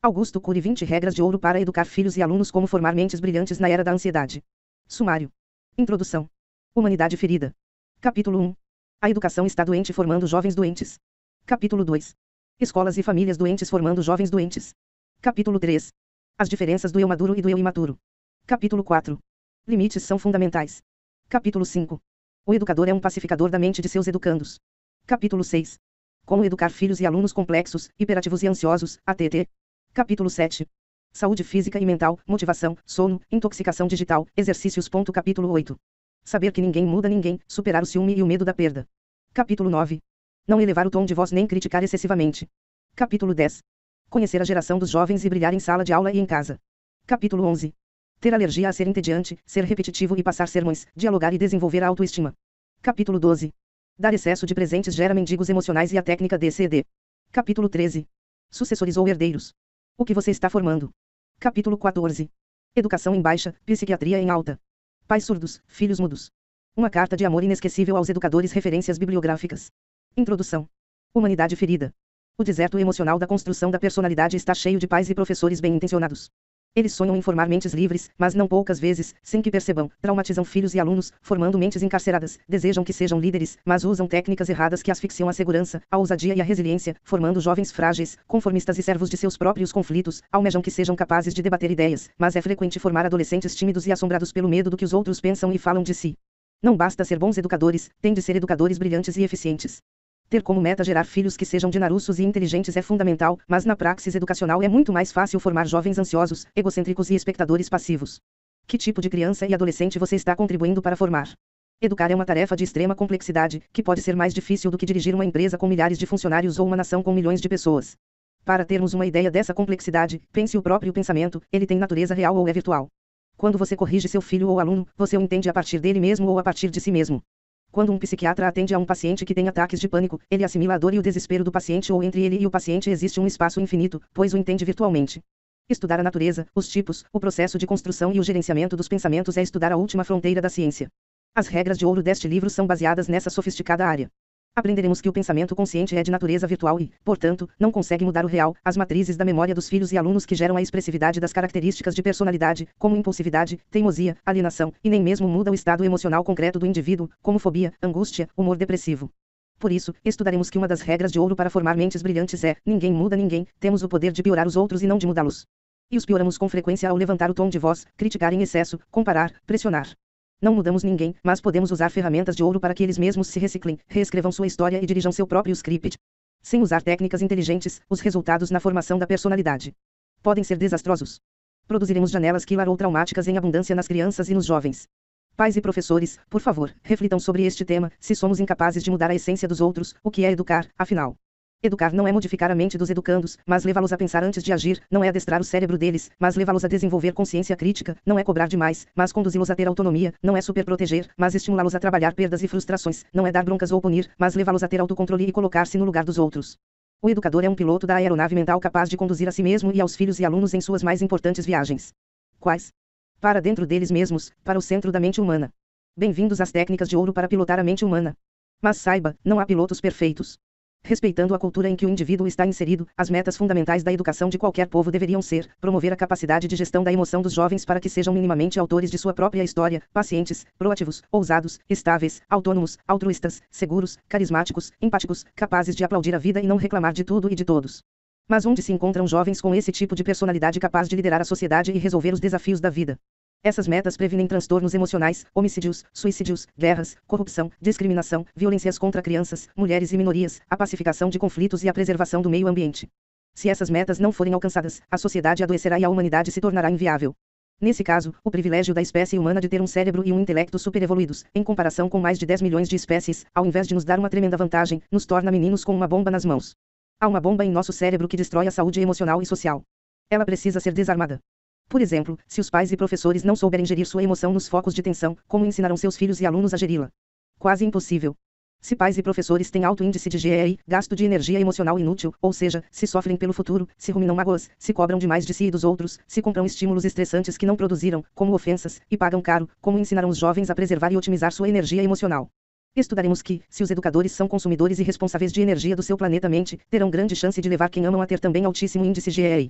Augusto Cury 20 regras de ouro para educar filhos e alunos como formar mentes brilhantes na era da ansiedade. Sumário. Introdução. Humanidade ferida. Capítulo 1. A educação está doente formando jovens doentes. Capítulo 2. Escolas e famílias doentes formando jovens doentes. Capítulo 3. As diferenças do eu maduro e do eu imaturo. Capítulo 4. Limites são fundamentais. Capítulo 5. O educador é um pacificador da mente de seus educandos. Capítulo 6. Como educar filhos e alunos complexos, hiperativos e ansiosos, ATT. Capítulo 7. Saúde física e mental, motivação, sono, intoxicação digital, exercícios. Capítulo 8. Saber que ninguém muda ninguém, superar o ciúme e o medo da perda. Capítulo 9. Não elevar o tom de voz nem criticar excessivamente. Capítulo 10. Conhecer a geração dos jovens e brilhar em sala de aula e em casa. Capítulo 11. Ter alergia a ser entediante, ser repetitivo e passar sermões, dialogar e desenvolver a autoestima. Capítulo 12. Dar excesso de presentes gera mendigos emocionais e a técnica DCD. Capítulo 13. Sucessores ou herdeiros. O que você está formando? Capítulo 14. Educação em baixa, psiquiatria em alta. Pais surdos, filhos mudos. Uma carta de amor inesquecível aos educadores. Referências bibliográficas. Introdução. Humanidade ferida. O deserto emocional da construção da personalidade está cheio de pais e professores bem-intencionados. Eles sonham em formar mentes livres, mas não poucas vezes, sem que percebam, traumatizam filhos e alunos, formando mentes encarceradas, desejam que sejam líderes, mas usam técnicas erradas que asfixiam a segurança, a ousadia e a resiliência, formando jovens frágeis, conformistas e servos de seus próprios conflitos, almejam que sejam capazes de debater ideias, mas é frequente formar adolescentes tímidos e assombrados pelo medo do que os outros pensam e falam de si. Não basta ser bons educadores, tem de ser educadores brilhantes e eficientes. Ter como meta gerar filhos que sejam dinaruços e inteligentes é fundamental, mas na praxis educacional é muito mais fácil formar jovens ansiosos, egocêntricos e espectadores passivos. Que tipo de criança e adolescente você está contribuindo para formar? Educar é uma tarefa de extrema complexidade, que pode ser mais difícil do que dirigir uma empresa com milhares de funcionários ou uma nação com milhões de pessoas. Para termos uma ideia dessa complexidade, pense o próprio pensamento, ele tem natureza real ou é virtual? Quando você corrige seu filho ou aluno, você o entende a partir dele mesmo ou a partir de si mesmo? Quando um psiquiatra atende a um paciente que tem ataques de pânico, ele assimila a dor e o desespero do paciente ou entre ele e o paciente existe um espaço infinito, pois o entende virtualmente. Estudar a natureza, os tipos, o processo de construção e o gerenciamento dos pensamentos é estudar a última fronteira da ciência. As regras de ouro deste livro são baseadas nessa sofisticada área. Aprenderemos que o pensamento consciente é de natureza virtual e, portanto, não consegue mudar o real, as matrizes da memória dos filhos e alunos que geram a expressividade das características de personalidade, como impulsividade, teimosia, alienação, e nem mesmo muda o estado emocional concreto do indivíduo, como fobia, angústia, humor depressivo. Por isso, estudaremos que uma das regras de ouro para formar mentes brilhantes é: ninguém muda ninguém, temos o poder de piorar os outros e não de mudá-los. E os pioramos com frequência ao levantar o tom de voz, criticar em excesso, comparar, pressionar. Não mudamos ninguém, mas podemos usar ferramentas de ouro para que eles mesmos se reciclem, reescrevam sua história e dirijam seu próprio script. Sem usar técnicas inteligentes, os resultados na formação da personalidade podem ser desastrosos. Produziremos janelas killer ou traumáticas em abundância nas crianças e nos jovens. Pais e professores, por favor, reflitam sobre este tema. Se somos incapazes de mudar a essência dos outros, o que é educar, afinal? Educar não é modificar a mente dos educandos, mas levá-los a pensar antes de agir, não é adestrar o cérebro deles, mas levá-los a desenvolver consciência crítica, não é cobrar demais, mas conduzi-los a ter autonomia, não é superproteger, mas estimulá-los a trabalhar perdas e frustrações, não é dar broncas ou punir, mas levá-los a ter autocontrole e colocar-se no lugar dos outros. O educador é um piloto da aeronave mental capaz de conduzir a si mesmo e aos filhos e alunos em suas mais importantes viagens. Quais? Para dentro deles mesmos, para o centro da mente humana. Bem-vindos às técnicas de ouro para pilotar a mente humana. Mas saiba, não há pilotos perfeitos. Respeitando a cultura em que o indivíduo está inserido, as metas fundamentais da educação de qualquer povo deveriam ser: promover a capacidade de gestão da emoção dos jovens para que sejam minimamente autores de sua própria história, pacientes, proativos, ousados, estáveis, autônomos, altruístas, seguros, carismáticos, empáticos, capazes de aplaudir a vida e não reclamar de tudo e de todos. Mas onde se encontram jovens com esse tipo de personalidade capaz de liderar a sociedade e resolver os desafios da vida? Essas metas previnem transtornos emocionais, homicídios, suicídios, guerras, corrupção, discriminação, violências contra crianças, mulheres e minorias, a pacificação de conflitos e a preservação do meio ambiente. Se essas metas não forem alcançadas, a sociedade adoecerá e a humanidade se tornará inviável. Nesse caso, o privilégio da espécie humana de ter um cérebro e um intelecto superevoluídos, em comparação com mais de 10 milhões de espécies, ao invés de nos dar uma tremenda vantagem, nos torna meninos com uma bomba nas mãos. Há uma bomba em nosso cérebro que destrói a saúde emocional e social. Ela precisa ser desarmada. Por exemplo, se os pais e professores não souberem gerir sua emoção nos focos de tensão, como ensinarão seus filhos e alunos a geri-la? Quase impossível. Se pais e professores têm alto índice de GEI, gasto de energia emocional inútil, ou seja, se sofrem pelo futuro, se ruminam mágoas, se cobram demais de si e dos outros, se compram estímulos estressantes que não produziram, como ofensas, e pagam caro, como ensinarão os jovens a preservar e otimizar sua energia emocional? Estudaremos que, se os educadores são consumidores irresponsáveis de energia do seu planeta mente, terão grande chance de levar quem amam a ter também altíssimo índice GEI.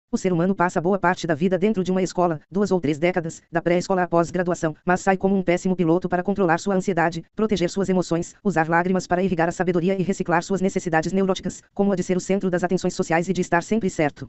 O ser humano passa boa parte da vida dentro de uma escola, 2 ou 3 décadas, da pré-escola à pós-graduação, mas sai como um péssimo piloto para controlar sua ansiedade, proteger suas emoções, usar lágrimas para irrigar a sabedoria e reciclar suas necessidades neuróticas, como a de ser o centro das atenções sociais e de estar sempre certo.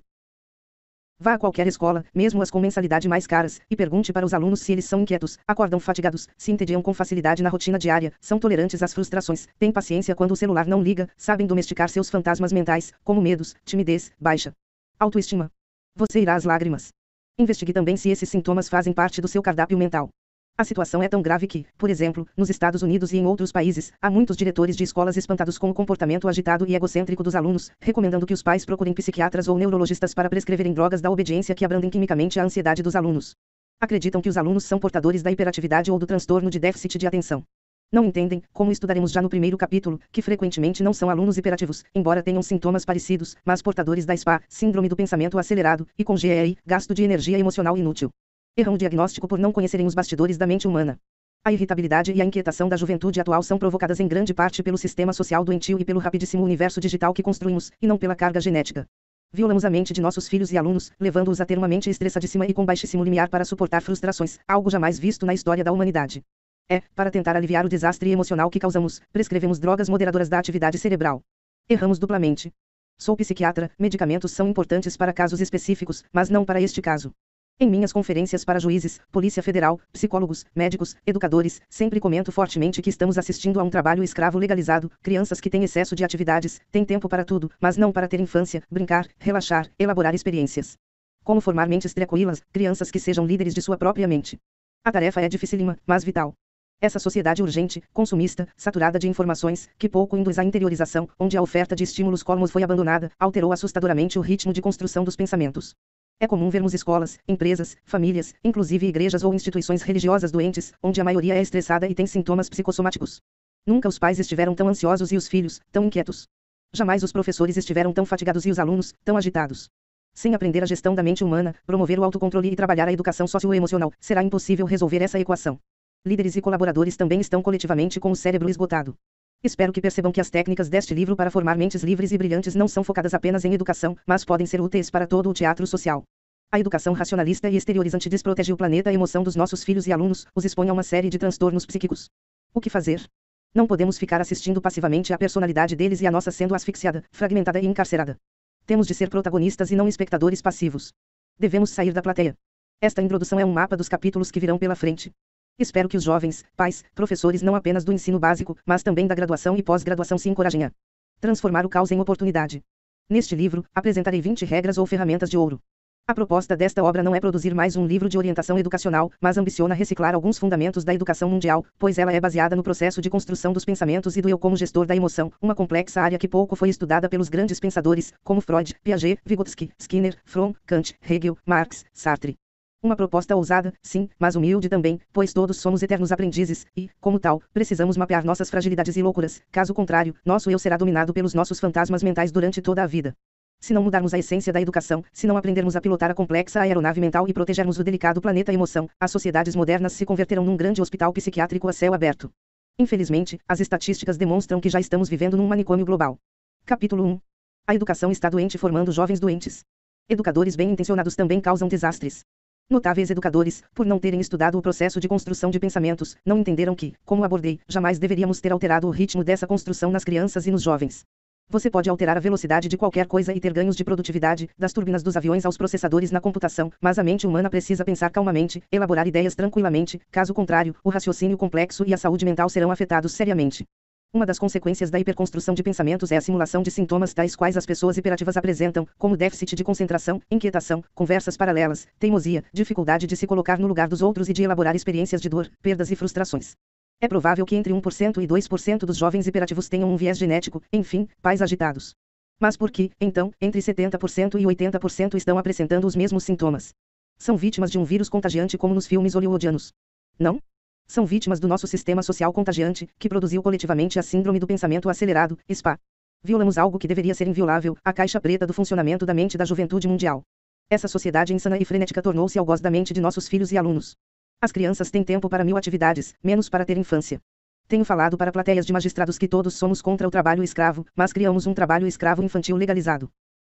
Vá a qualquer escola, mesmo as com mensalidade mais caras, e pergunte para os alunos se eles são inquietos, acordam fatigados, se entediam com facilidade na rotina diária, são tolerantes às frustrações, têm paciência quando o celular não liga, sabem domesticar seus fantasmas mentais, como medos, timidez, baixa autoestima. Você irá às lágrimas. Investigue também se esses sintomas fazem parte do seu cardápio mental. A situação é tão grave que, por exemplo, nos Estados Unidos e em outros países, há muitos diretores de escolas espantados com o comportamento agitado e egocêntrico dos alunos, recomendando que os pais procurem psiquiatras ou neurologistas para prescreverem drogas da obediência que abrandem quimicamente a ansiedade dos alunos. Acreditam que os alunos são portadores da hiperatividade ou do transtorno de déficit de atenção. Não entendem, como estudaremos já no primeiro capítulo, que frequentemente não são alunos hiperativos, embora tenham sintomas parecidos, mas portadores da SPA, síndrome do pensamento acelerado, e com GEI, gasto de energia emocional inútil. Erram o diagnóstico por não conhecerem os bastidores da mente humana. A irritabilidade e a inquietação da juventude atual são provocadas em grande parte pelo sistema social doentio e pelo rapidíssimo universo digital que construímos, e não pela carga genética. Violamos a mente de nossos filhos e alunos, levando-os a ter uma mente estressadíssima e com baixíssimo limiar para suportar frustrações, algo jamais visto na história da humanidade. Para tentar aliviar o desastre emocional que causamos, prescrevemos drogas moderadoras da atividade cerebral. Erramos duplamente. Sou psiquiatra, medicamentos são importantes para casos específicos, mas não para este caso. Em minhas conferências para juízes, Polícia Federal, psicólogos, médicos, educadores, sempre comento fortemente que estamos assistindo a um trabalho escravo legalizado, crianças que têm excesso de atividades, têm tempo para tudo, mas não para ter infância, brincar, relaxar, elaborar experiências. Como formar mentes tranquilas, crianças que sejam líderes de sua própria mente. A tarefa é dificílima, mas vital. Essa sociedade urgente, consumista, saturada de informações, que pouco induz à interiorização, onde a oferta de estímulos colmos foi abandonada, alterou assustadoramente o ritmo de construção dos pensamentos. É comum vermos escolas, empresas, famílias, inclusive igrejas ou instituições religiosas doentes, onde a maioria é estressada e tem sintomas psicossomáticos. Nunca os pais estiveram tão ansiosos e os filhos, tão inquietos. Jamais os professores estiveram tão fatigados e os alunos, tão agitados. Sem aprender a gestão da mente humana, promover o autocontrole e trabalhar a educação socioemocional, será impossível resolver essa equação. Líderes e colaboradores também estão coletivamente com o cérebro esgotado. Espero que percebam que as técnicas deste livro para formar mentes livres e brilhantes não são focadas apenas em educação, mas podem ser úteis para todo o teatro social. A educação racionalista e exteriorizante desprotege o planeta e emoção dos nossos filhos e alunos, os expõe a uma série de transtornos psíquicos. O que fazer? Não podemos ficar assistindo passivamente à personalidade deles e a nossa sendo asfixiada, fragmentada e encarcerada. Temos de ser protagonistas e não espectadores passivos. Devemos sair da plateia. Esta introdução é um mapa dos capítulos que virão pela frente. Espero que os jovens, pais, professores não apenas do ensino básico, mas também da graduação e pós-graduação se encorajem a transformar o caos em oportunidade. Neste livro, apresentarei 20 regras ou ferramentas de ouro. A proposta desta obra não é produzir mais um livro de orientação educacional, mas ambiciona reciclar alguns fundamentos da educação mundial, pois ela é baseada no processo de construção dos pensamentos e do eu como gestor da emoção, uma complexa área que pouco foi estudada pelos grandes pensadores, como Freud, Piaget, Vygotsky, Skinner, Fromm, Kant, Hegel, Marx, Sartre. Uma proposta ousada, sim, mas humilde também, pois todos somos eternos aprendizes, e, como tal, precisamos mapear nossas fragilidades e loucuras, caso contrário, nosso eu será dominado pelos nossos fantasmas mentais durante toda a vida. Se não mudarmos a essência da educação, se não aprendermos a pilotar a complexa aeronave mental e protegermos o delicado planeta emoção, as sociedades modernas se converterão num grande hospital psiquiátrico a céu aberto. Infelizmente, as estatísticas demonstram que já estamos vivendo num manicômio global. Capítulo 1. A educação está doente formando jovens doentes. Educadores bem-intencionados também causam desastres. Notáveis educadores, por não terem estudado o processo de construção de pensamentos, não entenderam que, como abordei, jamais deveríamos ter alterado o ritmo dessa construção nas crianças e nos jovens. Você pode alterar a velocidade de qualquer coisa e ter ganhos de produtividade, das turbinas dos aviões aos processadores na computação, mas a mente humana precisa pensar calmamente, elaborar ideias tranquilamente, caso contrário, o raciocínio complexo e a saúde mental serão afetados seriamente. Uma das consequências da hiperconstrução de pensamentos é a simulação de sintomas tais quais as pessoas hiperativas apresentam, como déficit de concentração, inquietação, conversas paralelas, teimosia, dificuldade de se colocar no lugar dos outros e de elaborar experiências de dor, perdas e frustrações. É provável que entre 1% e 2% dos jovens hiperativos tenham um viés genético, enfim, pais agitados. Mas por que, então, entre 70% e 80% estão apresentando os mesmos sintomas? São vítimas de um vírus contagiante como nos filmes hollywoodianos? Não? São vítimas do nosso sistema social contagiante, que produziu coletivamente a síndrome do pensamento acelerado, SPA. Violamos algo que deveria ser inviolável, a caixa preta do funcionamento da mente da juventude mundial. Essa sociedade insana e frenética tornou-se algoz da mente de nossos filhos e alunos. As crianças têm tempo para 1000 atividades, menos para ter infância. Tenho falado para plateias de magistrados que todos somos contra o trabalho escravo, mas criamos um trabalho escravo infantil legalizado.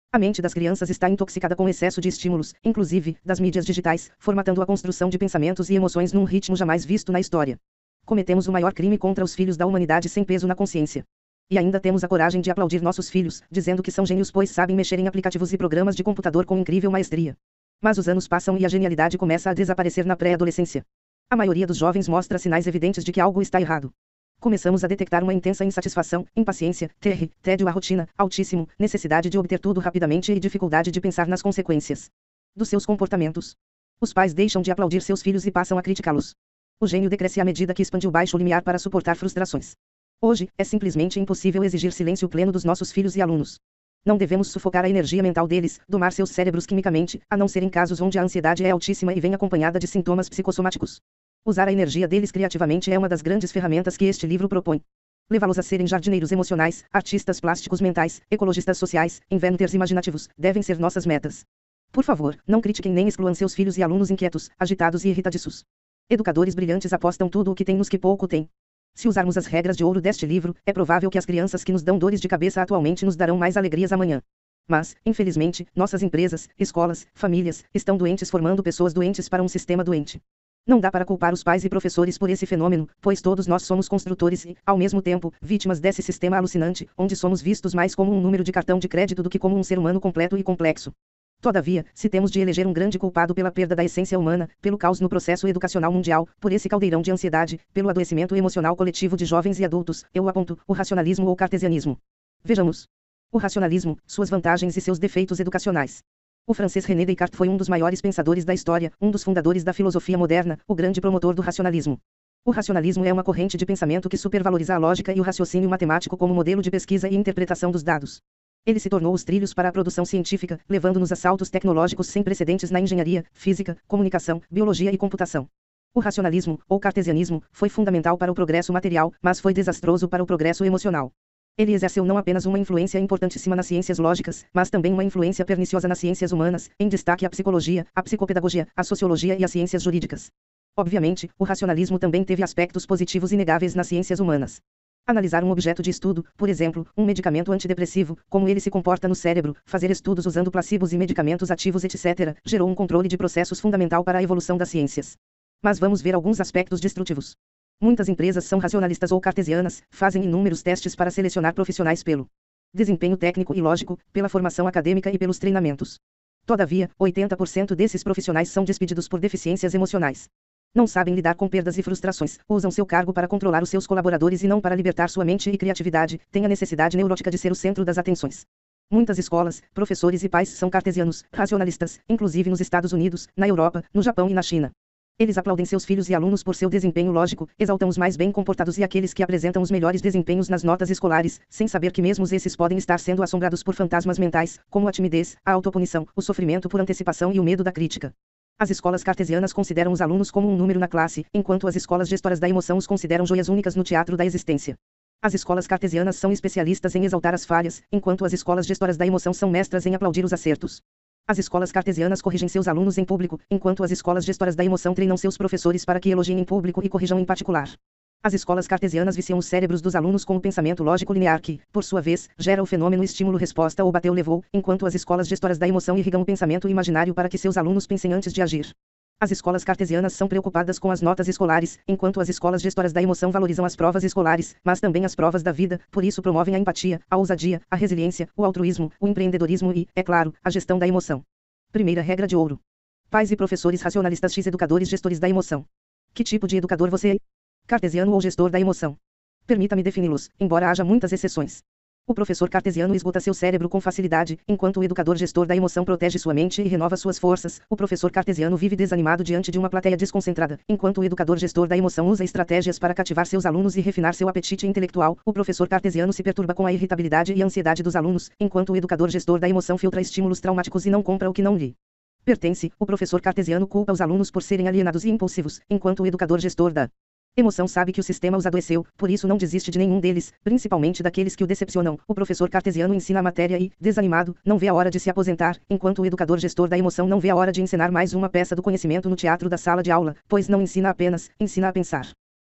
A mente das crianças está intoxicada com excesso de estímulos, inclusive, das mídias digitais, formatando a construção de pensamentos e emoções num ritmo jamais visto na história. Cometemos o maior crime contra os filhos da humanidade sem peso na consciência. E ainda temos a coragem de aplaudir nossos filhos, dizendo que são gênios pois sabem mexer em aplicativos e programas de computador com incrível maestria. Mas os anos passam e a genialidade começa a desaparecer na pré-adolescência. A maioria dos jovens mostra sinais evidentes de que algo está errado. Começamos a detectar uma intensa insatisfação, impaciência, tédio à rotina, altíssimo, necessidade de obter tudo rapidamente e dificuldade de pensar nas consequências dos seus comportamentos. Os pais deixam de aplaudir seus filhos e passam a criticá-los. O gênio decresce à medida que expande o baixo limiar para suportar frustrações. Hoje, é simplesmente impossível exigir silêncio pleno dos nossos filhos e alunos. Não devemos sufocar a energia mental deles, domar seus cérebros quimicamente, a não ser em casos onde a ansiedade é altíssima e vem acompanhada de sintomas psicossomáticos. Usar a energia deles criativamente é uma das grandes ferramentas que este livro propõe. Levá-los a serem jardineiros emocionais, artistas plásticos mentais, ecologistas sociais, inventors imaginativos, devem ser nossas metas. Por favor, não critiquem nem excluam seus filhos e alunos inquietos, agitados e irritadiços. Educadores brilhantes apostam tudo o que têm nos que pouco têm. Se usarmos as regras de ouro deste livro, é provável que as crianças que nos dão dores de cabeça atualmente nos darão mais alegrias amanhã. Mas, infelizmente, nossas empresas, escolas, famílias, estão doentes formando pessoas doentes para um sistema doente. Não dá para culpar os pais e professores por esse fenômeno, pois todos nós somos construtores e, ao mesmo tempo, vítimas desse sistema alucinante, onde somos vistos mais como um número de cartão de crédito do que como um ser humano completo e complexo. Todavia, se temos de eleger um grande culpado pela perda da essência humana, pelo caos no processo educacional mundial, por esse caldeirão de ansiedade, pelo adoecimento emocional coletivo de jovens e adultos, eu aponto o racionalismo ou cartesianismo. Vejamos. O racionalismo, suas vantagens e seus defeitos educacionais. O francês René Descartes foi um dos maiores pensadores da história, um dos fundadores da filosofia moderna, o grande promotor do racionalismo. O racionalismo é uma corrente de pensamento que supervaloriza a lógica e o raciocínio matemático como modelo de pesquisa e interpretação dos dados. Ele se tornou os trilhos para a produção científica, levando-nos a saltos tecnológicos sem precedentes na engenharia, física, comunicação, biologia e computação. O racionalismo, ou cartesianismo, foi fundamental para o progresso material, mas foi desastroso para o progresso emocional. Ele exerceu não apenas uma influência importantíssima nas ciências lógicas, mas também uma influência perniciosa nas ciências humanas, em destaque a psicologia, a psicopedagogia, a sociologia e as ciências jurídicas. Obviamente, o racionalismo também teve aspectos positivos inegáveis nas ciências humanas. Analisar um objeto de estudo, por exemplo, um medicamento antidepressivo, como ele se comporta no cérebro, fazer estudos usando placebos e medicamentos ativos etc., gerou um controle de processos fundamental para a evolução das ciências. Mas vamos ver alguns aspectos destrutivos. Muitas empresas são racionalistas ou cartesianas, fazem inúmeros testes para selecionar profissionais pelo desempenho técnico e lógico, pela formação acadêmica e pelos treinamentos. Todavia, 80% desses profissionais são despedidos por deficiências emocionais. Não sabem lidar com perdas e frustrações, usam seu cargo para controlar os seus colaboradores e não para libertar sua mente e criatividade, têm a necessidade neurótica de ser o centro das atenções. Muitas escolas, professores e pais são cartesianos, racionalistas, inclusive nos Estados Unidos, na Europa, no Japão e na China. Eles aplaudem seus filhos e alunos por seu desempenho lógico, exaltam os mais bem comportados e aqueles que apresentam os melhores desempenhos nas notas escolares, sem saber que mesmo esses podem estar sendo assombrados por fantasmas mentais, como a timidez, a autopunição, o sofrimento por antecipação e o medo da crítica. As escolas cartesianas consideram os alunos como um número na classe, enquanto as escolas gestoras da emoção os consideram joias únicas no teatro da existência. As escolas cartesianas são especialistas em exaltar as falhas, enquanto as escolas gestoras da emoção são mestras em aplaudir os acertos. As escolas cartesianas corrigem seus alunos em público, enquanto as escolas gestoras da emoção treinam seus professores para que elogiem em público e corrijam em particular. As escolas cartesianas viciam os cérebros dos alunos com o pensamento lógico linear que, por sua vez, gera o fenômeno estímulo-resposta ou bateu-levou, enquanto as escolas gestoras da emoção irrigam o pensamento imaginário para que seus alunos pensem antes de agir. As escolas cartesianas são preocupadas com as notas escolares, enquanto as escolas gestoras da emoção valorizam as provas escolares, mas também as provas da vida, por isso promovem a empatia, a ousadia, a resiliência, o altruísmo, o empreendedorismo e, é claro, a gestão da emoção. Primeira regra de ouro. Pais e professores racionalistas x educadores gestores da emoção. Que tipo de educador você é? Cartesiano ou gestor da emoção? Permita-me defini-los, embora haja muitas exceções. O professor cartesiano esgota seu cérebro com facilidade, enquanto o educador gestor da emoção protege sua mente e renova suas forças. O professor cartesiano vive desanimado diante de uma plateia desconcentrada, enquanto o educador gestor da emoção usa estratégias para cativar seus alunos e refinar seu apetite intelectual. O professor cartesiano se perturba com a irritabilidade e ansiedade dos alunos, enquanto o educador gestor da emoção filtra estímulos traumáticos e não compra o que não lhe pertence. O professor cartesiano culpa os alunos por serem alienados e impulsivos, enquanto o educador gestor da emoção sabe que o sistema os adoeceu, por isso não desiste de nenhum deles, principalmente daqueles que o decepcionam. O professor cartesiano ensina a matéria e, desanimado, não vê a hora de se aposentar, enquanto o educador gestor da emoção não vê a hora de encenar mais uma peça do conhecimento no teatro da sala de aula, pois não ensina apenas, ensina a pensar.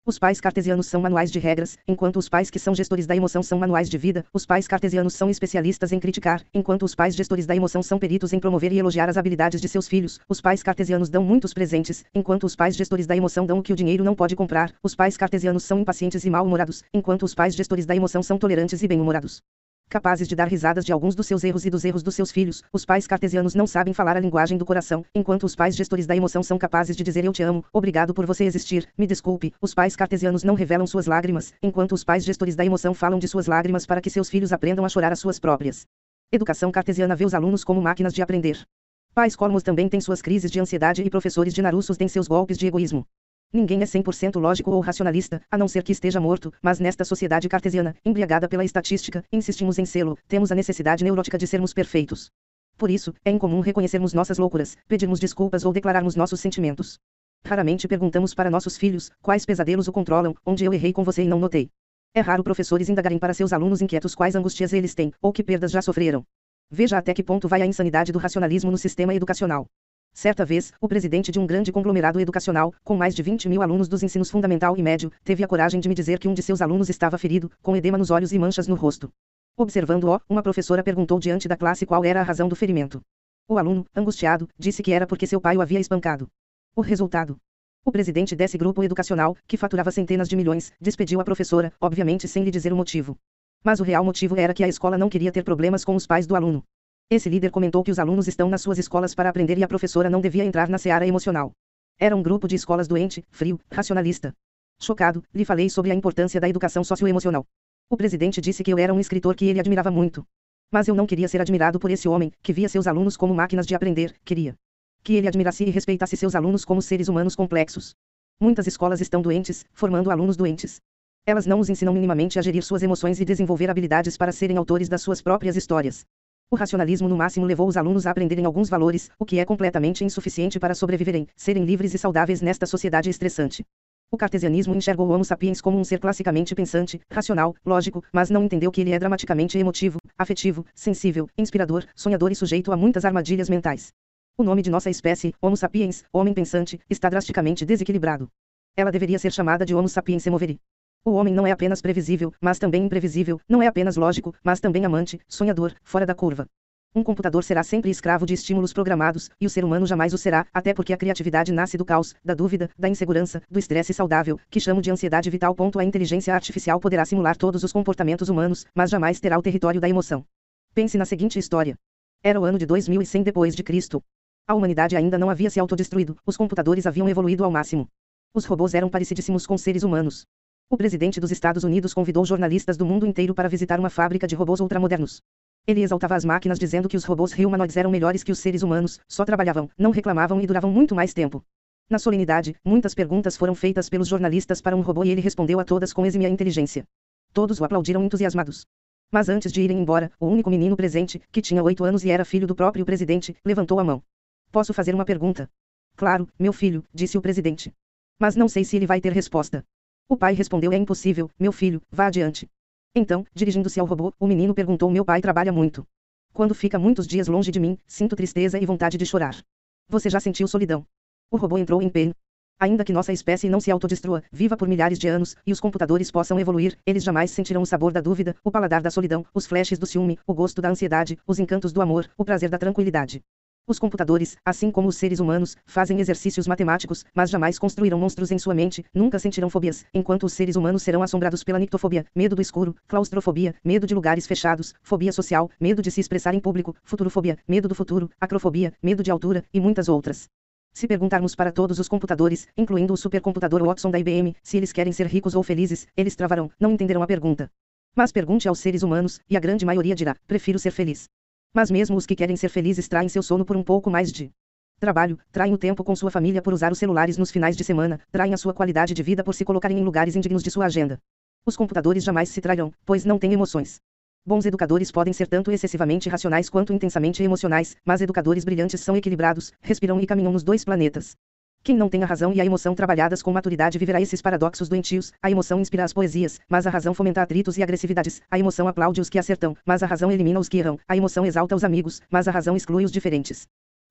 Os pais cartesianos são manuais de regras, enquanto os pais que são gestores da emoção são manuais de vida. Os pais cartesianos são especialistas em criticar, enquanto os pais gestores da emoção são peritos em promover e elogiar as habilidades de seus filhos. Os pais cartesianos dão muitos presentes, enquanto os pais gestores da emoção dão o que o dinheiro não pode comprar. Os pais cartesianos são impacientes e mal-humorados, enquanto os pais gestores da emoção são tolerantes e bem-humorados. Capazes de dar risadas de alguns dos seus erros e dos erros dos seus filhos, os pais cartesianos não sabem falar a linguagem do coração, enquanto os pais gestores da emoção são capazes de dizer eu te amo, obrigado por você existir, me desculpe. Os pais cartesianos não revelam suas lágrimas, enquanto os pais gestores da emoção falam de suas lágrimas para que seus filhos aprendam a chorar as suas próprias. Educação cartesiana vê os alunos como máquinas de aprender. Pais colmos também têm suas crises de ansiedade e professores de Narussos têm seus golpes de egoísmo. Ninguém é 100% lógico ou racionalista, a não ser que esteja morto, mas nesta sociedade cartesiana, embriagada pela estatística, insistimos em sê-lo, temos a necessidade neurótica de sermos perfeitos. Por isso, é incomum reconhecermos nossas loucuras, pedirmos desculpas ou declararmos nossos sentimentos. Raramente perguntamos para nossos filhos, quais pesadelos o controlam, onde eu errei com você e não notei. É raro professores indagarem para seus alunos inquietos quais angústias eles têm, ou que perdas já sofreram. Veja até que ponto vai a insanidade do racionalismo no sistema educacional. Certa vez, o presidente de um grande conglomerado educacional, com mais de 20.000 alunos dos ensinos fundamental e médio, teve a coragem de me dizer que um de seus alunos estava ferido, com edema nos olhos e manchas no rosto. Observando-o, uma professora perguntou diante da classe qual era a razão do ferimento. O aluno, angustiado, disse que era porque seu pai o havia espancado. O resultado? O presidente desse grupo educacional, que faturava centenas de milhões, despediu a professora, obviamente sem lhe dizer o motivo. Mas o real motivo era que a escola não queria ter problemas com os pais do aluno. Esse líder comentou que os alunos estão nas suas escolas para aprender e a professora não devia entrar na seara emocional. Era um grupo de escolas doente, frio, racionalista. Chocado, lhe falei sobre a importância da educação socioemocional. O presidente disse que eu era um escritor que ele admirava muito. Mas eu não queria ser admirado por esse homem, que via seus alunos como máquinas de aprender, queria que ele admirasse e respeitasse seus alunos como seres humanos complexos. Muitas escolas estão doentes, formando alunos doentes. Elas não os ensinam minimamente a gerir suas emoções e desenvolver habilidades para serem autores das suas próprias histórias. O racionalismo no máximo levou os alunos a aprenderem alguns valores, o que é completamente insuficiente para sobreviverem, serem livres e saudáveis nesta sociedade estressante. O cartesianismo enxergou o Homo sapiens como um ser classicamente pensante, racional, lógico, mas não entendeu que ele é dramaticamente emotivo, afetivo, sensível, inspirador, sonhador e sujeito a muitas armadilhas mentais. O nome de nossa espécie, Homo sapiens, homem pensante, está drasticamente desequilibrado. Ela deveria ser chamada de Homo sapiens semoveri. O homem não é apenas previsível, mas também imprevisível, não é apenas lógico, mas também amante, sonhador, fora da curva. Um computador será sempre escravo de estímulos programados, e o ser humano jamais o será, até porque a criatividade nasce do caos, da dúvida, da insegurança, do estresse saudável, que chamo de ansiedade vital. A inteligência artificial poderá simular todos os comportamentos humanos, mas jamais terá o território da emoção. Pense na seguinte história. Era o ano de 2100 depois de Cristo. A humanidade ainda não havia se autodestruído, os computadores haviam evoluído ao máximo. Os robôs eram parecidíssimos com seres humanos. O presidente dos Estados Unidos convidou jornalistas do mundo inteiro para visitar uma fábrica de robôs ultramodernos. Ele exaltava as máquinas dizendo que os robôs humanoides eram melhores que os seres humanos, só trabalhavam, não reclamavam e duravam muito mais tempo. Na solenidade, muitas perguntas foram feitas pelos jornalistas para um robô e ele respondeu a todas com exímia inteligência. Todos o aplaudiram entusiasmados. Mas antes de irem embora, o único menino presente, que tinha 8 anos e era filho do próprio presidente, levantou a mão. Posso fazer uma pergunta? Claro, meu filho, disse o presidente. Mas não sei se ele vai ter resposta. O pai respondeu: é impossível, meu filho, vá adiante. Então, dirigindo-se ao robô, o menino perguntou: meu pai trabalha muito. Quando fica muitos dias longe de mim, sinto tristeza e vontade de chorar. Você já sentiu solidão? O robô entrou em pânico. Ainda que nossa espécie não se autodestrua, viva por milhares de anos, e os computadores possam evoluir, eles jamais sentirão o sabor da dúvida, o paladar da solidão, os flashes do ciúme, o gosto da ansiedade, os encantos do amor, o prazer da tranquilidade. Os computadores, assim como os seres humanos, fazem exercícios matemáticos, mas jamais construirão monstros em sua mente, nunca sentirão fobias, enquanto os seres humanos serão assombrados pela nictofobia, medo do escuro, claustrofobia, medo de lugares fechados, fobia social, medo de se expressar em público, futurofobia, medo do futuro, acrofobia, medo de altura, e muitas outras. Se perguntarmos para todos os computadores, incluindo o supercomputador Watson da IBM, se eles querem ser ricos ou felizes, eles travarão, não entenderão a pergunta. Mas pergunte aos seres humanos, e a grande maioria dirá: prefiro ser feliz. Mas mesmo os que querem ser felizes traem seu sono por um pouco mais de trabalho, traem o tempo com sua família por usar os celulares nos finais de semana, traem a sua qualidade de vida por se colocarem em lugares indignos de sua agenda. Os computadores jamais se trairão, pois não têm emoções. Bons educadores podem ser tanto excessivamente racionais quanto intensamente emocionais, mas educadores brilhantes são equilibrados, respiram e caminham nos dois planetas. Quem não tem a razão e a emoção trabalhadas com maturidade viverá esses paradoxos doentios. A emoção inspira as poesias, mas a razão fomenta atritos e agressividades. A emoção aplaude os que acertam, mas a razão elimina os que erram. A emoção exalta os amigos, mas a razão exclui os diferentes.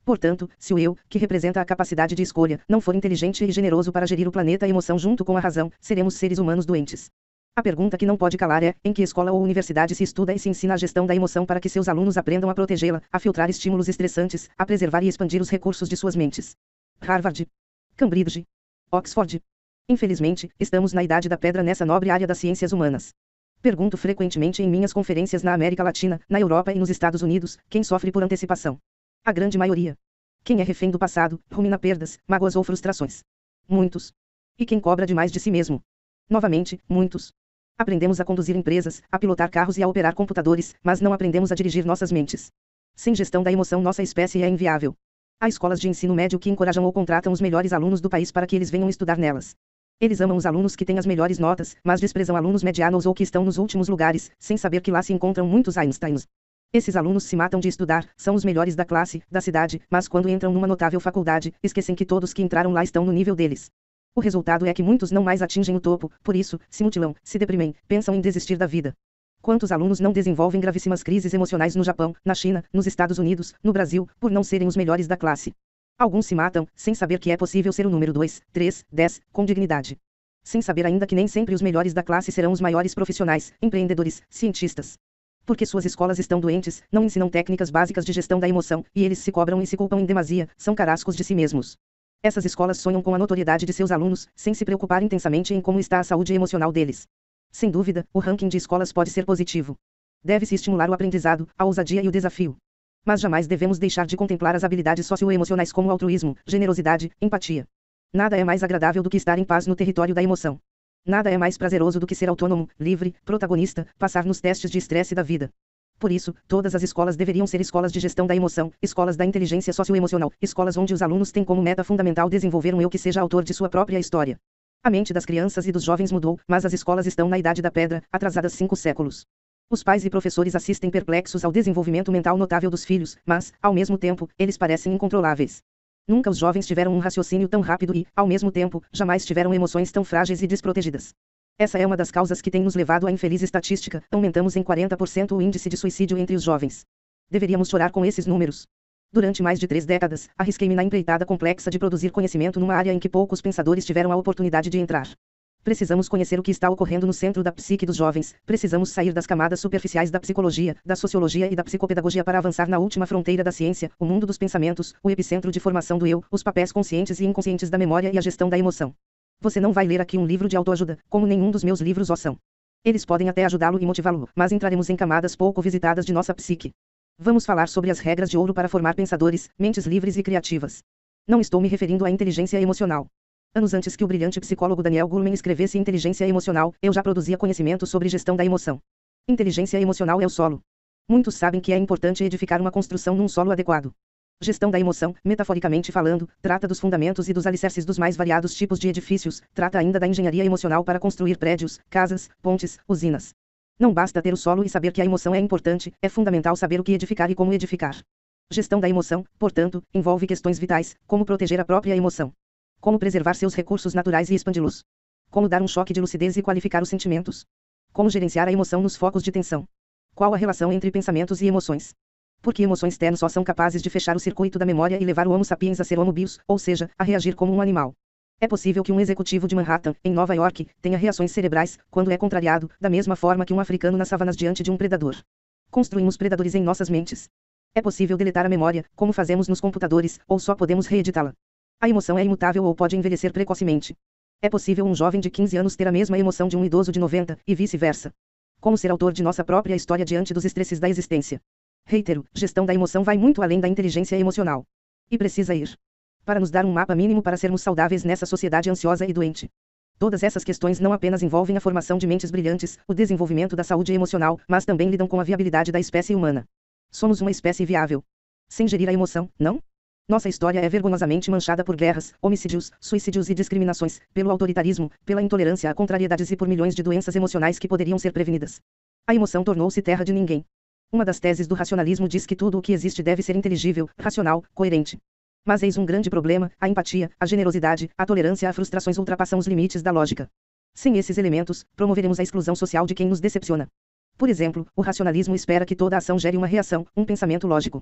Portanto, se o eu, que representa a capacidade de escolha, não for inteligente e generoso para gerir o planeta e emoção junto com a razão, seremos seres humanos doentes. A pergunta que não pode calar é: em que escola ou universidade se estuda e se ensina a gestão da emoção para que seus alunos aprendam a protegê-la, a filtrar estímulos estressantes, a preservar e expandir os recursos de suas mentes? Harvard, Cambridge, Oxford. Infelizmente, estamos na idade da pedra nessa nobre área das ciências humanas. Pergunto frequentemente em minhas conferências na América Latina, na Europa e nos Estados Unidos, quem sofre por antecipação? A grande maioria. Quem é refém do passado, rumina perdas, mágoas ou frustrações? Muitos. E quem cobra demais de si mesmo? Novamente, muitos. Aprendemos a conduzir empresas, a pilotar carros e a operar computadores, mas não aprendemos a dirigir nossas mentes. Sem gestão da emoção, nossa espécie é inviável. Há escolas de ensino médio que encorajam ou contratam os melhores alunos do país para que eles venham estudar nelas. Eles amam os alunos que têm as melhores notas, mas desprezam alunos medianos ou que estão nos últimos lugares, sem saber que lá se encontram muitos Einsteins. Esses alunos se matam de estudar, são os melhores da classe, da cidade, mas quando entram numa notável faculdade, esquecem que todos que entraram lá estão no nível deles. O resultado é que muitos não mais atingem o topo, por isso, se mutilam, se deprimem, pensam em desistir da vida. Quantos alunos não desenvolvem gravíssimas crises emocionais no Japão, na China, nos Estados Unidos, no Brasil, por não serem os melhores da classe? Alguns se matam, sem saber que é possível ser o número 2, 3, 10, com dignidade. Sem saber ainda que nem sempre os melhores da classe serão os maiores profissionais, empreendedores, cientistas. Porque suas escolas estão doentes, não ensinam técnicas básicas de gestão da emoção, e eles se cobram e se culpam em demasia, são carrascos de si mesmos. Essas escolas sonham com a notoriedade de seus alunos, sem se preocupar intensamente em como está a saúde emocional deles. Sem dúvida, o ranking de escolas pode ser positivo. Deve-se estimular o aprendizado, a ousadia e o desafio. Mas jamais devemos deixar de contemplar as habilidades socioemocionais como altruísmo, generosidade, empatia. Nada é mais agradável do que estar em paz no território da emoção. Nada é mais prazeroso do que ser autônomo, livre, protagonista, passar nos testes de estresse da vida. Por isso, todas as escolas deveriam ser escolas de gestão da emoção, escolas da inteligência socioemocional, escolas onde os alunos têm como meta fundamental desenvolver um eu que seja autor de sua própria história. A mente das crianças e dos jovens mudou, mas as escolas estão na idade da pedra, atrasadas 5 séculos. Os pais e professores assistem perplexos ao desenvolvimento mental notável dos filhos, mas, ao mesmo tempo, eles parecem incontroláveis. Nunca os jovens tiveram um raciocínio tão rápido e, ao mesmo tempo, jamais tiveram emoções tão frágeis e desprotegidas. Essa é uma das causas que tem nos levado à infeliz estatística: aumentamos em 40% o índice de suicídio entre os jovens. Deveríamos chorar com esses números. Durante mais de 3 décadas, arrisquei-me na empreitada complexa de produzir conhecimento numa área em que poucos pensadores tiveram a oportunidade de entrar. Precisamos conhecer o que está ocorrendo no centro da psique dos jovens, precisamos sair das camadas superficiais da psicologia, da sociologia e da psicopedagogia para avançar na última fronteira da ciência, o mundo dos pensamentos, o epicentro de formação do eu, os papéis conscientes e inconscientes da memória e a gestão da emoção. Você não vai ler aqui um livro de autoajuda, como nenhum dos meus livros o são. Eles podem até ajudá-lo e motivá-lo, mas entraremos em camadas pouco visitadas de nossa psique. Vamos falar sobre as regras de ouro para formar pensadores, mentes livres e criativas. Não estou me referindo à inteligência emocional. Anos antes que o brilhante psicólogo Daniel Goleman escrevesse Inteligência Emocional, eu já produzia conhecimento sobre gestão da emoção. Inteligência emocional é o solo. Muitos sabem que é importante edificar uma construção num solo adequado. Gestão da emoção, metaforicamente falando, trata dos fundamentos e dos alicerces dos mais variados tipos de edifícios, trata ainda da engenharia emocional para construir prédios, casas, pontes, usinas. Não basta ter o solo e saber que a emoção é importante, é fundamental saber o que edificar e como edificar. Gestão da emoção, portanto, envolve questões vitais, como proteger a própria emoção. Como preservar seus recursos naturais e expandi-los. Como dar um choque de lucidez e qualificar os sentimentos. Como gerenciar a emoção nos focos de tensão. Qual a relação entre pensamentos e emoções? Porque emoções ternas só são capazes de fechar o circuito da memória e levar o Homo sapiens a ser Homo bios, ou seja, a reagir como um animal. É possível que um executivo de Manhattan, em Nova York, tenha reações cerebrais, quando é contrariado, da mesma forma que um africano nas savanas diante de um predador. Construímos predadores em nossas mentes. É possível deletar a memória, como fazemos nos computadores, ou só podemos reeditá-la. A emoção é imutável ou pode envelhecer precocemente. É possível um jovem de 15 anos ter a mesma emoção de um idoso de 90, e vice-versa. Como ser autor de nossa própria história diante dos estresses da existência? Reitero, gestão da emoção vai muito além da inteligência emocional. E precisa ir. Para nos dar um mapa mínimo para sermos saudáveis nessa sociedade ansiosa e doente. Todas essas questões não apenas envolvem a formação de mentes brilhantes, o desenvolvimento da saúde emocional, mas também lidam com a viabilidade da espécie humana. Somos uma espécie viável. Sem gerir a emoção, não? Nossa história é vergonhosamente manchada por guerras, homicídios, suicídios e discriminações, pelo autoritarismo, pela intolerância a contrariedades e por milhões de doenças emocionais que poderiam ser prevenidas. A emoção tornou-se terra de ninguém. Uma das teses do racionalismo diz que tudo o que existe deve ser inteligível, racional, coerente. Mas eis um grande problema: a empatia, a generosidade, a tolerância a frustrações ultrapassam os limites da lógica. Sem esses elementos, promoveremos a exclusão social de quem nos decepciona. Por exemplo, o racionalismo espera que toda ação gere uma reação, um pensamento lógico.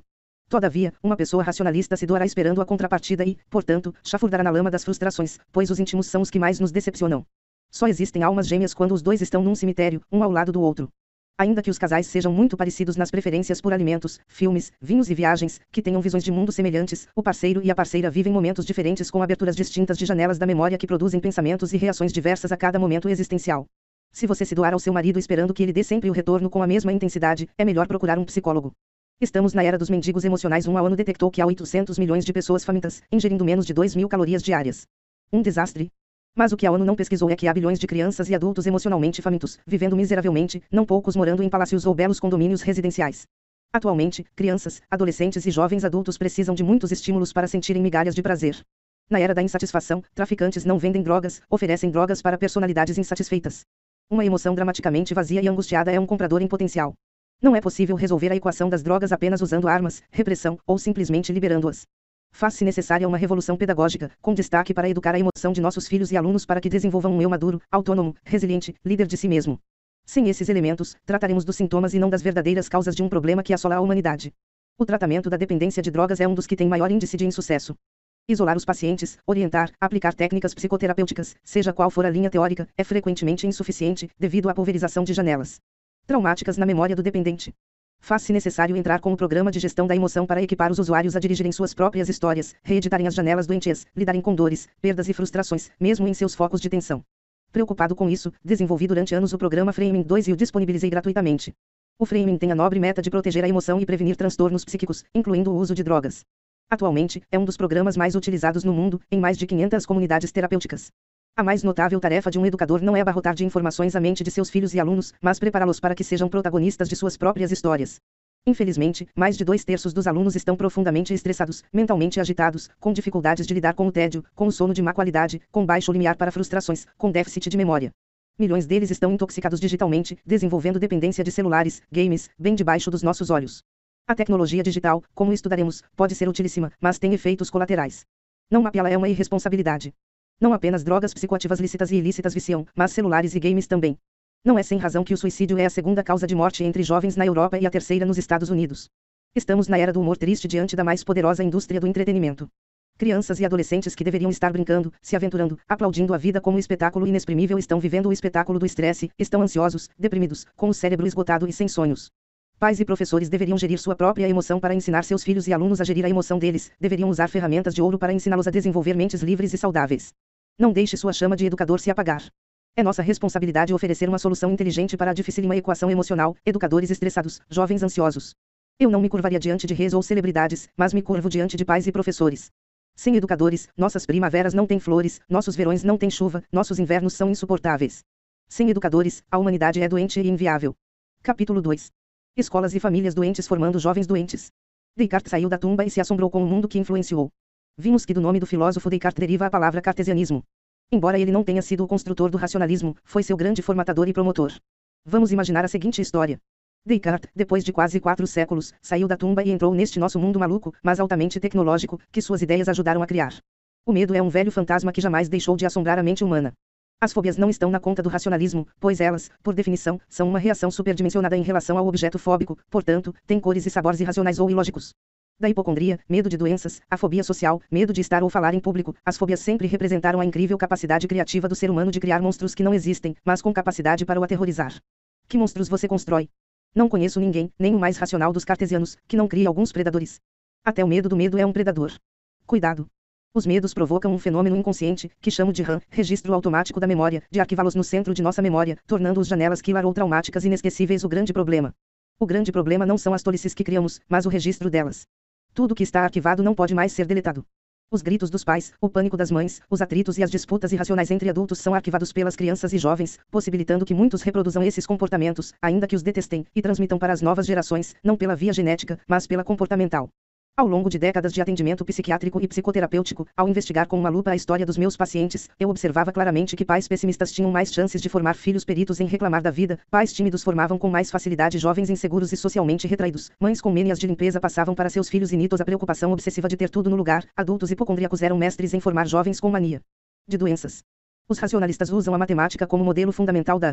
Todavia, uma pessoa racionalista se doará esperando a contrapartida e, portanto, chafurdará na lama das frustrações, pois os íntimos são os que mais nos decepcionam. Só existem almas gêmeas quando os dois estão num cemitério, um ao lado do outro. Ainda que os casais sejam muito parecidos nas preferências por alimentos, filmes, vinhos e viagens, que tenham visões de mundo semelhantes, o parceiro e a parceira vivem momentos diferentes com aberturas distintas de janelas da memória que produzem pensamentos e reações diversas a cada momento existencial. Se você se doar ao seu marido esperando que ele dê sempre o retorno com a mesma intensidade, é melhor procurar um psicólogo. Estamos na era dos mendigos emocionais. A ONU detectou que há 800 milhões de pessoas famintas, ingerindo menos de 2.000 calorias diárias. Um desastre. Mas o que a ONU não pesquisou é que há bilhões de crianças e adultos emocionalmente famintos, vivendo miseravelmente, não poucos morando em palácios ou belos condomínios residenciais. Atualmente, crianças, adolescentes e jovens adultos precisam de muitos estímulos para sentirem migalhas de prazer. Na era da insatisfação, traficantes não vendem drogas, oferecem drogas para personalidades insatisfeitas. Uma emoção dramaticamente vazia e angustiada é um comprador em potencial. Não é possível resolver a equação das drogas apenas usando armas, repressão, ou simplesmente liberando-as. Faz-se necessária uma revolução pedagógica, com destaque para educar a emoção de nossos filhos e alunos para que desenvolvam um eu maduro, autônomo, resiliente, líder de si mesmo. Sem esses elementos, trataremos dos sintomas e não das verdadeiras causas de um problema que assola a humanidade. O tratamento da dependência de drogas é um dos que tem maior índice de insucesso. Isolar os pacientes, orientar, aplicar técnicas psicoterapêuticas, seja qual for a linha teórica, é frequentemente insuficiente, devido à pulverização de janelas traumáticas na memória do dependente. Faz-se necessário entrar com o programa de gestão da emoção para equipar os usuários a dirigirem suas próprias histórias, reeditarem as janelas doentias, lidarem com dores, perdas e frustrações, mesmo em seus focos de tensão. Preocupado com isso, desenvolvi durante anos o programa Framing 2 e o disponibilizei gratuitamente. O Framing tem a nobre meta de proteger a emoção e prevenir transtornos psíquicos, incluindo o uso de drogas. Atualmente, é um dos programas mais utilizados no mundo, em mais de 500 comunidades terapêuticas. A mais notável tarefa de um educador não é abarrotar de informações a mente de seus filhos e alunos, mas prepará-los para que sejam protagonistas de suas próprias histórias. Infelizmente, mais de 2/3 dos alunos estão profundamente estressados, mentalmente agitados, com dificuldades de lidar com o tédio, com o sono de má qualidade, com baixo limiar para frustrações, com déficit de memória. Milhões deles estão intoxicados digitalmente, desenvolvendo dependência de celulares, games, bem debaixo dos nossos olhos. A tecnologia digital, como estudaremos, pode ser utilíssima, mas tem efeitos colaterais. Não mapeá-la é uma irresponsabilidade. Não apenas drogas psicoativas lícitas e ilícitas viciam, mas celulares e games também. Não é sem razão que o suicídio é a segunda causa de morte entre jovens na Europa e a terceira nos Estados Unidos. Estamos na era do humor triste diante da mais poderosa indústria do entretenimento. Crianças e adolescentes que deveriam estar brincando, se aventurando, aplaudindo a vida como espetáculo inexprimível estão vivendo o espetáculo do estresse, estão ansiosos, deprimidos, com o cérebro esgotado e sem sonhos. Pais e professores deveriam gerir sua própria emoção para ensinar seus filhos e alunos a gerir a emoção deles, deveriam usar ferramentas de ouro para ensiná-los a desenvolver mentes livres e saudáveis. Não deixe sua chama de educador se apagar. É nossa responsabilidade oferecer uma solução inteligente para a dificílima equação emocional, educadores estressados, jovens ansiosos. Eu não me curvaria diante de reis ou celebridades, mas me curvo diante de pais e professores. Sem educadores, nossas primaveras não têm flores, nossos verões não têm chuva, nossos invernos são insuportáveis. Sem educadores, a humanidade é doente e inviável. Capítulo 2. Escolas e famílias doentes formando jovens doentes. Descartes saiu da tumba e se assombrou com o mundo que influenciou. Vimos que do nome do filósofo Descartes deriva a palavra cartesianismo. Embora ele não tenha sido o construtor do racionalismo, foi seu grande formatador e promotor. Vamos imaginar a seguinte história. Descartes, depois de quase 4 séculos, saiu da tumba e entrou neste nosso mundo maluco, mas altamente tecnológico, que suas ideias ajudaram a criar. O medo é um velho fantasma que jamais deixou de assombrar a mente humana. As fóbias não estão na conta do racionalismo, pois elas, por definição, são uma reação superdimensionada em relação ao objeto fóbico, portanto, têm cores e sabores irracionais ou ilógicos. Da hipocondria, medo de doenças, a fobia social, medo de estar ou falar em público, as fóbias sempre representaram a incrível capacidade criativa do ser humano de criar monstros que não existem, mas com capacidade para o aterrorizar. Que monstros você constrói? Não conheço ninguém, nem o mais racional dos cartesianos, que não crie alguns predadores. Até o medo do medo é um predador. Cuidado! Os medos provocam um fenômeno inconsciente, que chamo de RAM, registro automático da memória, de arquivá-los no centro de nossa memória, tornando-os janelas killer ou traumáticas inesquecíveis. O grande problema. O grande problema não são as tolices que criamos, mas o registro delas. Tudo que está arquivado não pode mais ser deletado. Os gritos dos pais, o pânico das mães, os atritos e as disputas irracionais entre adultos são arquivados pelas crianças e jovens, possibilitando que muitos reproduzam esses comportamentos, ainda que os detestem, e transmitam para as novas gerações, não pela via genética, mas pela comportamental. Ao longo de décadas de atendimento psiquiátrico e psicoterapêutico, ao investigar com uma lupa a história dos meus pacientes, eu observava claramente que pais pessimistas tinham mais chances de formar filhos peritos em reclamar da vida, pais tímidos formavam com mais facilidade jovens inseguros e socialmente retraídos, mães com manias de limpeza passavam para seus filhos initos a preocupação obsessiva de ter tudo no lugar, adultos hipocondríacos eram mestres em formar jovens com mania de doenças. Os racionalistas usam a matemática como modelo fundamental da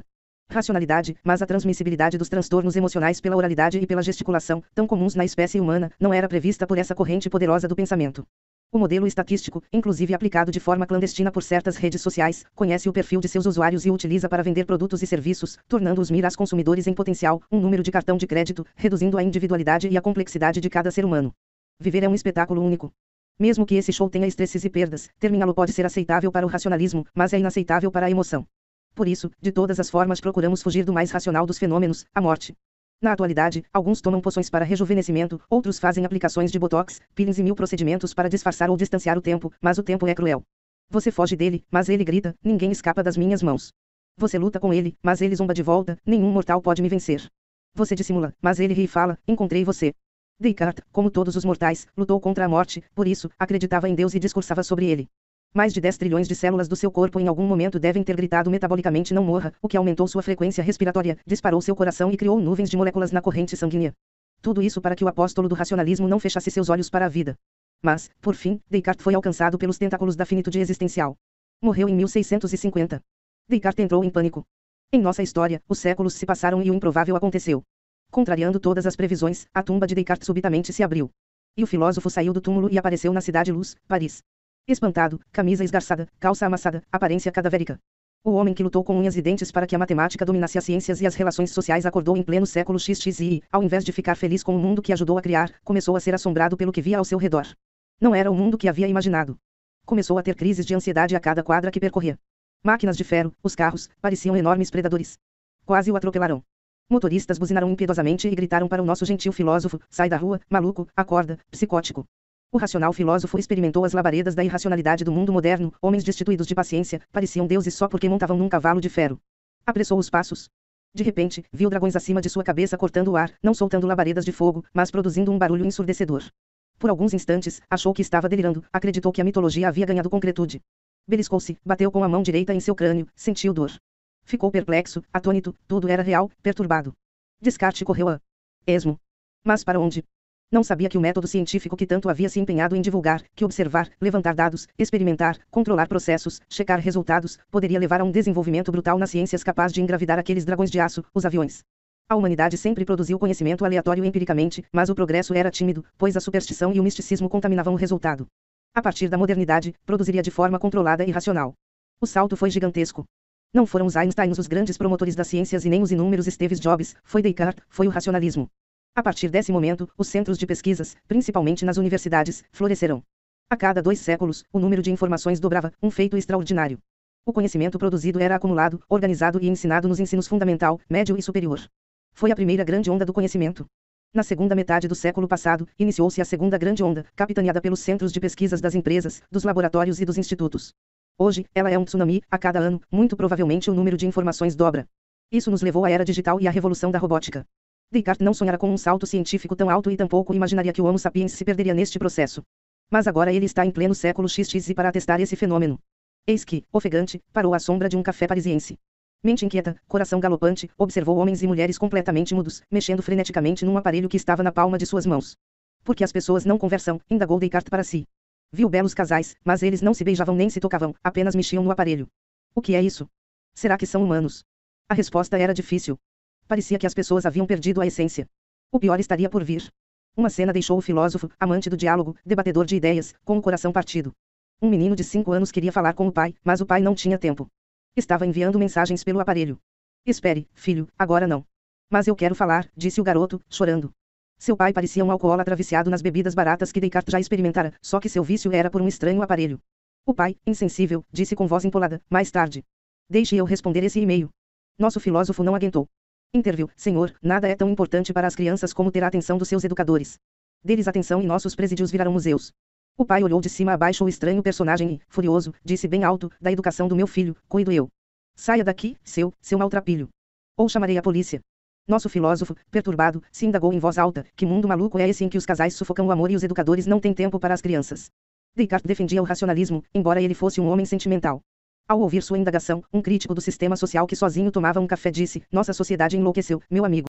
racionalidade, mas a transmissibilidade dos transtornos emocionais pela oralidade e pela gesticulação, tão comuns na espécie humana, não era prevista por essa corrente poderosa do pensamento. O modelo estatístico, inclusive aplicado de forma clandestina por certas redes sociais, conhece o perfil de seus usuários e o utiliza para vender produtos e serviços, tornando-os miras consumidores em potencial, um número de cartão de crédito, reduzindo a individualidade e a complexidade de cada ser humano. Viver é um espetáculo único. Mesmo que esse show tenha estresses e perdas, terminá-lo pode ser aceitável para o racionalismo, mas é inaceitável para a emoção. Por isso, de todas as formas procuramos fugir do mais racional dos fenômenos, a morte. Na atualidade, alguns tomam poções para rejuvenescimento, outros fazem aplicações de botox, peelings e mil procedimentos para disfarçar ou distanciar o tempo, mas o tempo é cruel. Você foge dele, mas ele grita, ninguém escapa das minhas mãos. Você luta com ele, mas ele zomba de volta, nenhum mortal pode me vencer. Você dissimula, mas ele ri e fala, encontrei você. Descartes, como todos os mortais, lutou contra a morte, por isso, acreditava em Deus e discursava sobre ele. Mais de 10 trilhões de células do seu corpo em algum momento devem ter gritado metabolicamente não morra, o que aumentou sua frequência respiratória, disparou seu coração e criou nuvens de moléculas na corrente sanguínea. Tudo isso para que o apóstolo do racionalismo não fechasse seus olhos para a vida. Mas, por fim, Descartes foi alcançado pelos tentáculos da finitude existencial. Morreu em 1650. Descartes entrou em pânico. Em nossa história, os séculos se passaram e o improvável aconteceu. Contrariando todas as previsões, a tumba de Descartes subitamente se abriu. E o filósofo saiu do túmulo e apareceu na cidade-luz, Paris. Espantado, camisa esgarçada, calça amassada, aparência cadavérica. O homem que lutou com unhas e dentes para que a matemática dominasse as ciências e as relações sociais acordou em pleno século XX e, ao invés de ficar feliz com o mundo que ajudou a criar, começou a ser assombrado pelo que via ao seu redor. Não era o mundo que havia imaginado. Começou a ter crises de ansiedade a cada quadra que percorria. Máquinas de ferro, os carros, pareciam enormes predadores. Quase o atropelaram. Motoristas buzinaram impiedosamente e gritaram para o nosso gentil filósofo, sai da rua, maluco, acorda, psicótico. O racional filósofo experimentou as labaredas da irracionalidade do mundo moderno, homens destituídos de paciência, pareciam deuses só porque montavam num cavalo de ferro. Apressou os passos. De repente, viu dragões acima de sua cabeça cortando o ar, não soltando labaredas de fogo, mas produzindo um barulho ensurdecedor. Por alguns instantes, achou que estava delirando, acreditou que a mitologia havia ganhado concretude. Beliscou-se, bateu com a mão direita em seu crânio, sentiu dor. Ficou perplexo, atônito, tudo era real, perturbado. Descartes correu a esmo. Mas para onde? Não sabia que o método científico que tanto havia se empenhado em divulgar, que observar, levantar dados, experimentar, controlar processos, checar resultados, poderia levar a um desenvolvimento brutal nas ciências capaz de engravidar aqueles dragões de aço, os aviões. A humanidade sempre produziu conhecimento aleatório empiricamente, mas o progresso era tímido, pois a superstição e o misticismo contaminavam o resultado. A partir da modernidade, produziria de forma controlada e racional. O salto foi gigantesco. Não foram os Einsteins os grandes promotores das ciências e nem os inúmeros Steve Jobs, foi Descartes, foi o racionalismo. A partir desse momento, os centros de pesquisas, principalmente nas universidades, florescerão. A cada 2 séculos, o número de informações dobrava, um feito extraordinário. O conhecimento produzido era acumulado, organizado e ensinado nos ensinos fundamental, médio e superior. Foi a primeira grande onda do conhecimento. Na segunda metade do século passado, iniciou-se a segunda grande onda, capitaneada pelos centros de pesquisas das empresas, dos laboratórios e dos institutos. Hoje, ela é um tsunami, a cada ano, muito provavelmente o número de informações dobra. Isso nos levou à era digital e à revolução da robótica. Descartes não sonhara com um salto científico tão alto e tampouco imaginaria que o Homo sapiens se perderia neste processo. Mas agora ele está em pleno século XX e para atestar esse fenômeno. Eis que, ofegante, parou à sombra de um café parisiense. Mente inquieta, coração galopante, observou homens e mulheres completamente mudos, mexendo freneticamente num aparelho que estava na palma de suas mãos. Por que as pessoas não conversam? Indagou Descartes para si. Viu belos casais, mas eles não se beijavam nem se tocavam, apenas mexiam no aparelho. O que é isso? Será que são humanos? A resposta era difícil. Parecia que as pessoas haviam perdido a essência. O pior estaria por vir. Uma cena deixou o filósofo, amante do diálogo, debatedor de ideias, com o coração partido. Um menino de 5 anos queria falar com o pai, mas o pai não tinha tempo. Estava enviando mensagens pelo aparelho. Espere, filho, agora não. Mas eu quero falar, disse o garoto, chorando. Seu pai parecia um alcoólatra viciado nas bebidas baratas que Descartes já experimentara, só que seu vício era por um estranho aparelho. O pai, insensível, disse com voz empolada, mais tarde. Deixe eu responder esse e-mail. Nosso filósofo não aguentou. Interviu, senhor, nada é tão importante para as crianças como ter a atenção dos seus educadores. Dê-lhes atenção e nossos presídios virarão museus. O pai olhou de cima a baixo o estranho personagem e, furioso, disse bem alto, da educação do meu filho, cuido eu. Saia daqui, seu maltrapilho. Ou chamarei a polícia. Nosso filósofo, perturbado, se indagou em voz alta, que mundo maluco é esse em que os casais sufocam o amor e os educadores não têm tempo para as crianças? Descartes defendia o racionalismo, embora ele fosse um homem sentimental. Ao ouvir sua indagação, um crítico do sistema social que sozinho tomava um café disse, nossa sociedade enlouqueceu, meu amigo.